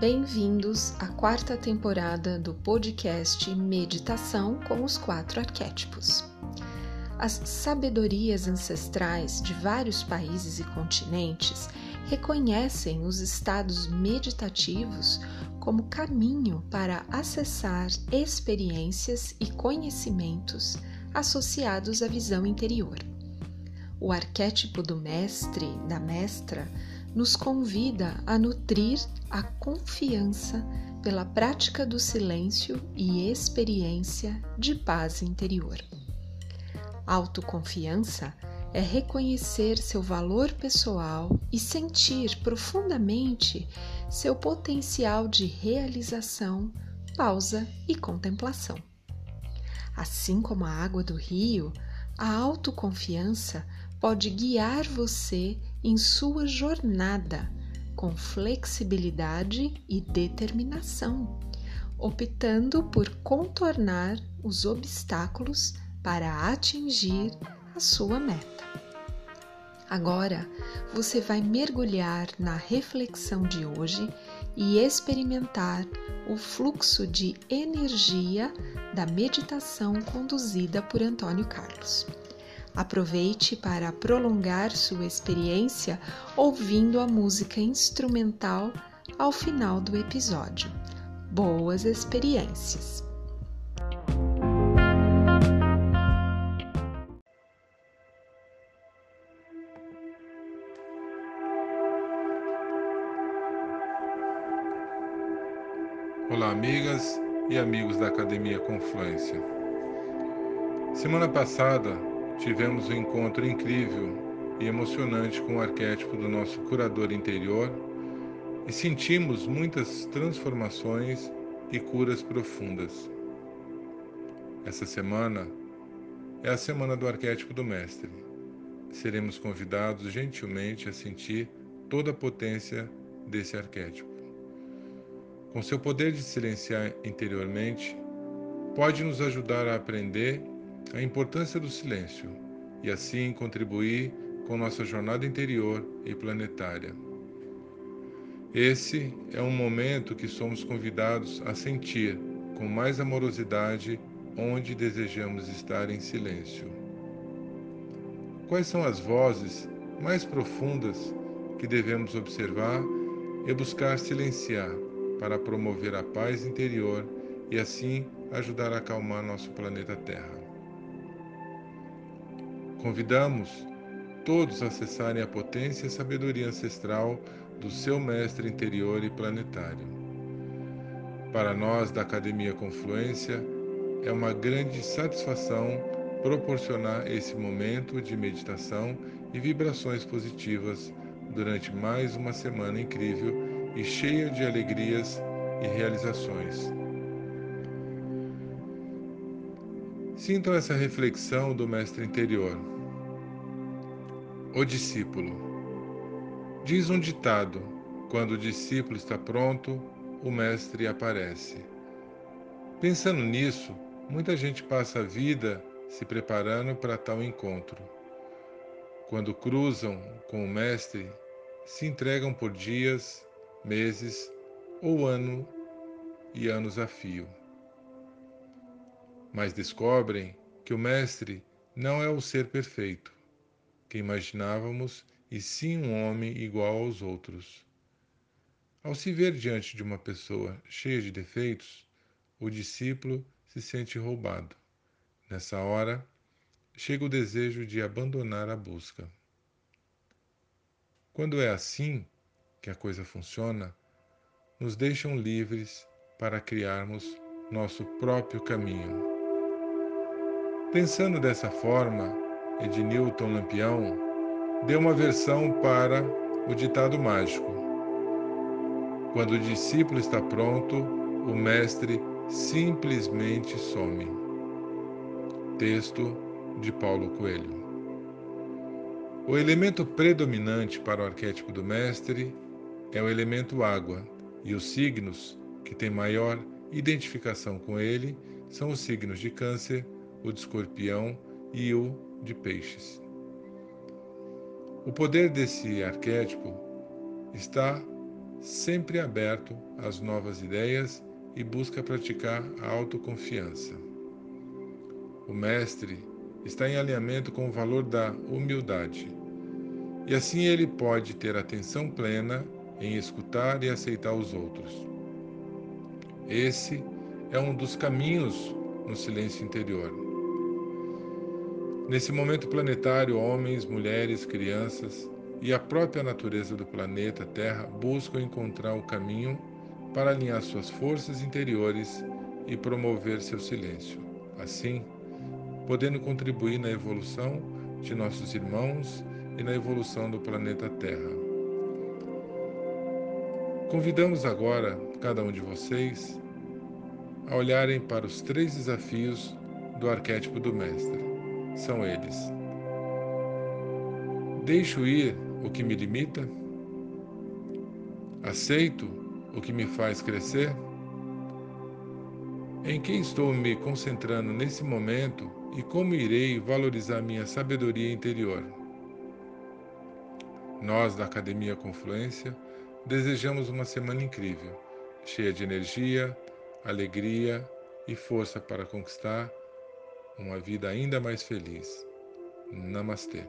Bem-vindos à quarta temporada do podcast Meditação com os 4 Arquétipos. As sabedorias ancestrais de vários países e continentes reconhecem os estados meditativos como caminho para acessar experiências e conhecimentos associados à visão interior. O arquétipo do mestre, da mestra, nos convida a nutrir a confiança pela prática do silêncio e experiência de paz interior. Autoconfiança é reconhecer seu valor pessoal e sentir profundamente seu potencial de realização, pausa e contemplação. Assim como a água do rio, a autoconfiança pode guiar você em sua jornada com flexibilidade e determinação, optando por contornar os obstáculos para atingir a sua meta. Agora você vai mergulhar na reflexão de hoje e experimentar o fluxo de energia da meditação conduzida por Antônio Carlos. Aproveite para prolongar sua experiência ouvindo a música instrumental ao final do episódio. Boas experiências! Olá, amigas e amigos da Academia Confluência. Semana passada tivemos um encontro incrível e emocionante com o arquétipo do nosso curador interior e sentimos muitas transformações e curas profundas. Essa semana é a semana do arquétipo do mestre. Seremos convidados gentilmente a sentir toda a potência desse arquétipo. Com seu poder de silenciar interiormente, pode nos ajudar a aprender a importância do silêncio e assim contribuir com nossa jornada interior e planetária. Esse é um momento que somos convidados a sentir com mais amorosidade onde desejamos estar em silêncio. Quais são as vozes mais profundas que devemos observar e buscar silenciar para promover a paz interior e assim ajudar a acalmar nosso planeta Terra? Convidamos todos a acessarem a potência e sabedoria ancestral do seu mestre interior e planetário. Para nós da Academia Confluência, é uma grande satisfação proporcionar esse momento de meditação e vibrações positivas durante mais uma semana incrível e cheia de alegrias e realizações. Sintam essa reflexão do mestre interior. O discípulo. Diz um ditado: quando o discípulo está pronto, o mestre aparece. Pensando nisso, muita gente passa a vida se preparando para tal encontro. Quando cruzam com o mestre, se entregam por dias, meses ou anos a fio. Mas descobrem que o mestre não é o ser perfeito que imaginávamos, e sim um homem igual aos outros. Ao se ver diante de uma pessoa cheia de defeitos, o discípulo se sente roubado. Nessa hora, chega o desejo de abandonar a busca. Quando é assim que a coisa funciona, nos deixam livres para criarmos nosso próprio caminho. Pensando dessa forma, Ednilton Lampião deu uma versão para o ditado mágico: quando o discípulo está pronto, o mestre simplesmente some. Texto de Paulo Coelho. O elemento predominante para o arquétipo do mestre é o elemento água, e os signos que têm maior identificação com ele são os signos de Câncer, o de Escorpião e o de Peixes. O poder desse arquétipo está sempre aberto às novas ideias e busca praticar a autoconfiança. O mestre está em alinhamento com o valor da humildade, e assim ele pode ter atenção plena em escutar e aceitar os outros. Esse é um dos caminhos no silêncio interior. Nesse momento planetário, homens, mulheres, crianças e a própria natureza do planeta Terra buscam encontrar o caminho para alinhar suas forças interiores e promover seu silêncio. Assim, podendo contribuir na evolução de nossos irmãos e na evolução do planeta Terra. Convidamos agora cada um de vocês a olharem para os 3 desafios do arquétipo do Mestre. São eles: deixo ir o que me limita? Aceito o que me faz crescer? Em quem estou me concentrando nesse momento e como irei valorizar minha sabedoria interior? Nós, da Academia Confluência, desejamos uma semana incrível, cheia de energia, alegria e força para conquistar uma vida ainda mais feliz. Namastê.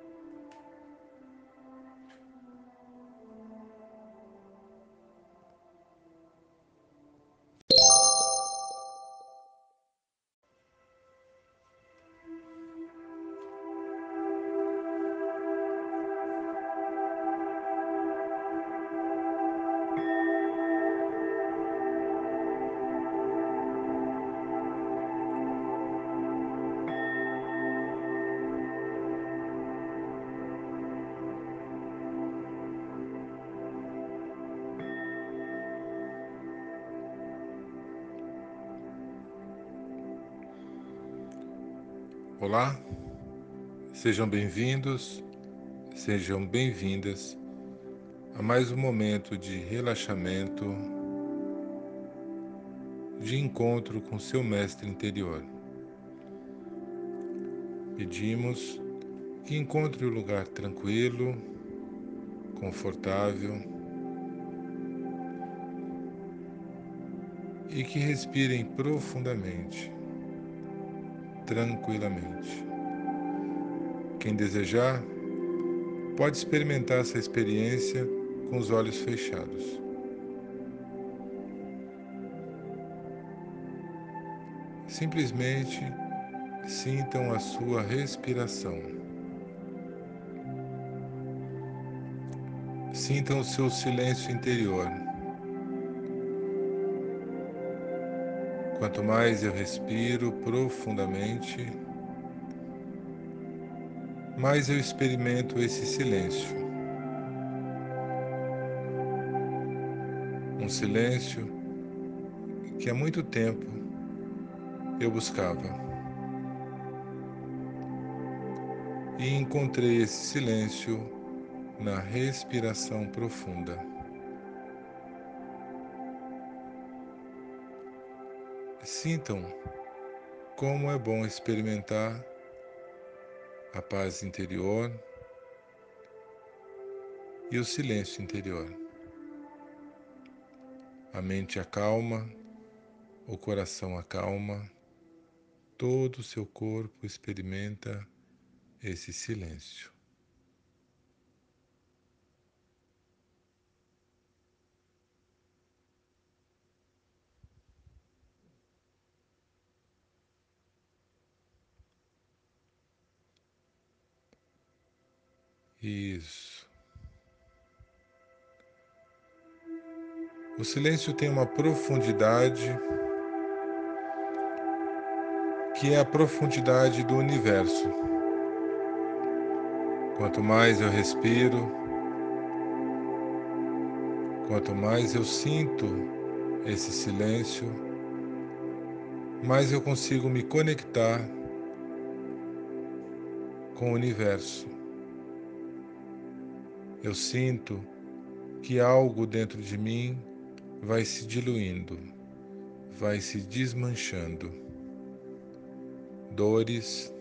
Olá, sejam bem-vindos, sejam bem-vindas a mais um momento de relaxamento, de encontro com seu mestre interior. Pedimos que encontre um lugar tranquilo, confortável e que respirem profundamente, tranquilamente. Quem desejar, pode experimentar essa experiência com os olhos fechados. Simplesmente sintam a sua respiração. Sintam o seu silêncio interior. Quanto mais eu respiro profundamente, mais eu experimento esse silêncio. Um silêncio que há muito tempo eu buscava. E encontrei esse silêncio na respiração profunda. Sintam como é bom experimentar a paz interior e o silêncio interior. A mente acalma, o coração acalma, todo o seu corpo experimenta esse silêncio. Isso. O silêncio tem uma profundidade que é a profundidade do universo. Quanto mais eu respiro, quanto mais eu sinto esse silêncio, mais eu consigo me conectar com o universo. Eu sinto que algo dentro de mim vai se diluindo, vai se desmanchando. Dores,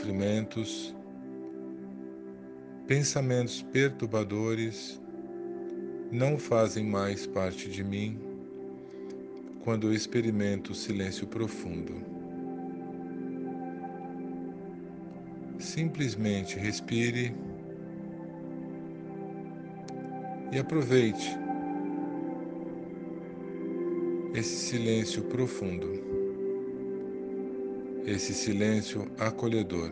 sofrimentos, pensamentos perturbadores não fazem mais parte de mim quando eu experimento o silêncio profundo. Simplesmente respire e aproveite esse silêncio profundo, esse silêncio acolhedor.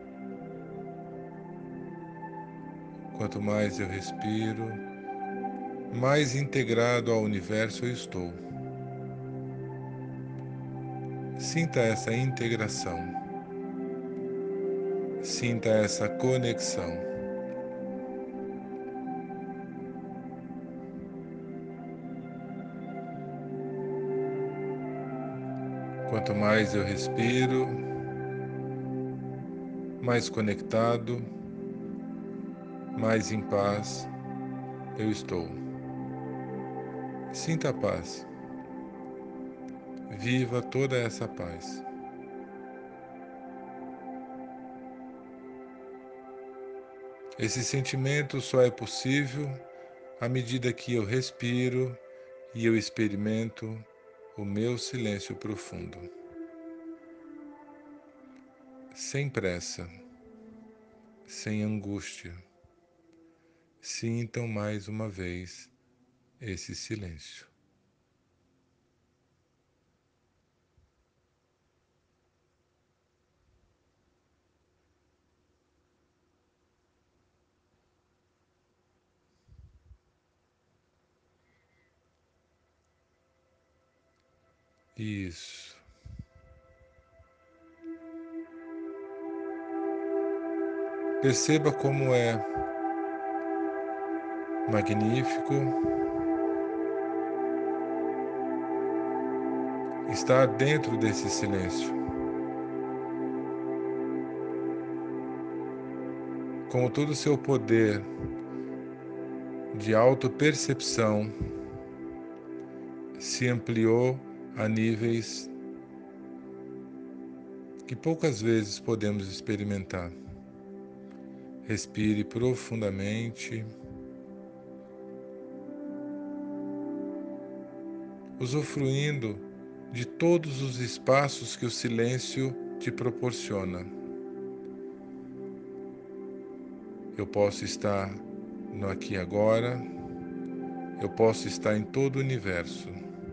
Quanto mais eu respiro, mais integrado ao universo eu estou. Sinta essa integração, sinta essa conexão. Quanto mais eu respiro, mais conectado, mais em paz eu estou. Sinta a paz. Viva toda essa paz. Esse sentimento só é possível à medida que eu respiro e eu experimento o meu silêncio profundo. Sem pressa, sem angústia. Sintam mais uma vez esse silêncio. Isso. Perceba como é magnífico estar dentro desse silêncio. Com todo o seu poder de autopercepção, se ampliou a níveis que poucas vezes podemos experimentar. Respire profundamente, usufruindo de todos os espaços que o silêncio te proporciona. Eu posso estar no aqui e agora, eu posso estar em todo o universo.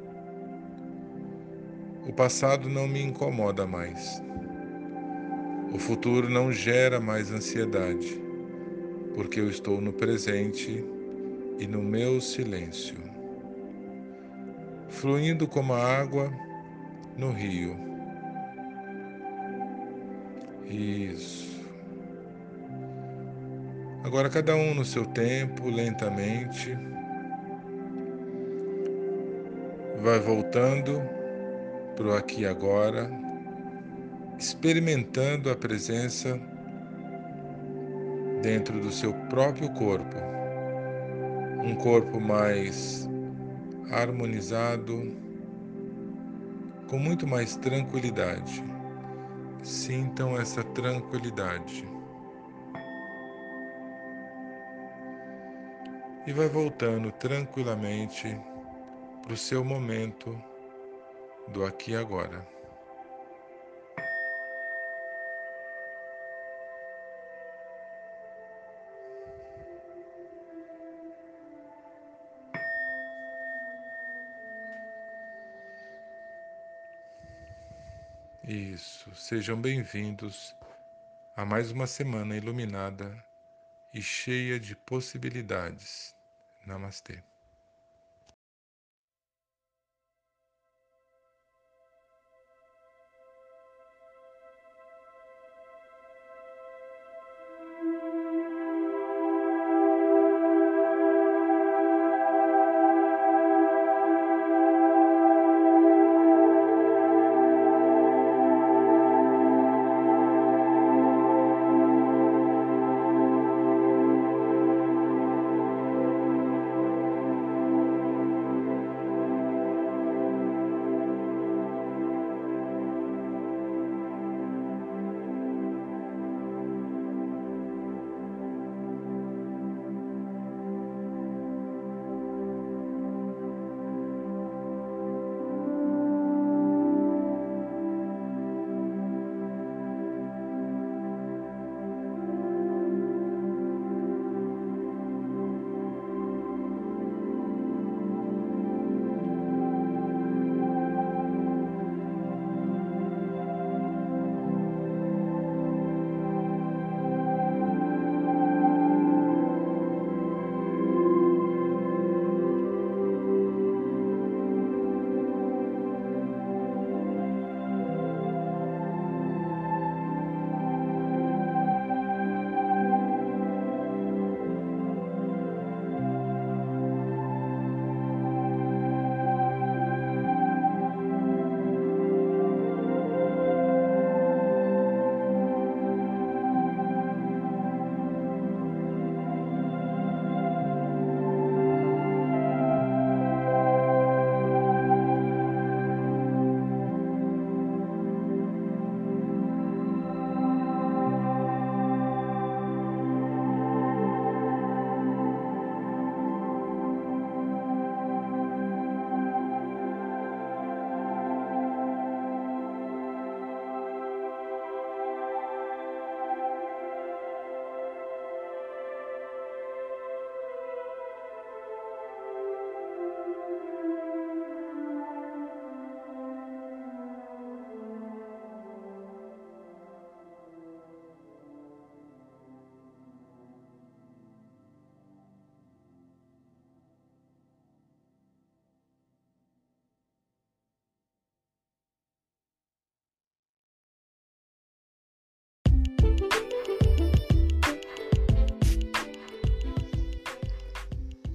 O passado não me incomoda mais. O futuro não gera mais ansiedade, porque eu estou no presente e no meu silêncio, fluindo como a água no rio. Isso. Agora cada um no seu tempo, lentamente, vai voltando para o aqui e agora, experimentando a presença dentro do seu próprio corpo. Um corpo mais harmonizado, com muito mais tranquilidade. Sintam essa tranquilidade. E vai voltando tranquilamente para o seu momento do aqui e agora. Isso, sejam bem-vindos a mais uma semana iluminada e cheia de possibilidades. Namastê.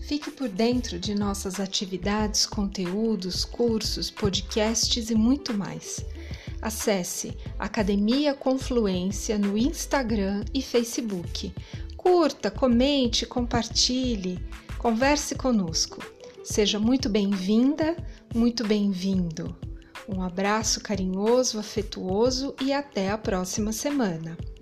Fique por dentro de nossas atividades, conteúdos, cursos, podcasts e muito mais. Acesse Academia Confluência no Instagram e Facebook. Curta, comente, compartilhe, converse conosco. Seja muito bem-vinda, muito bem-vindo. Um abraço carinhoso, afetuoso e até a próxima semana.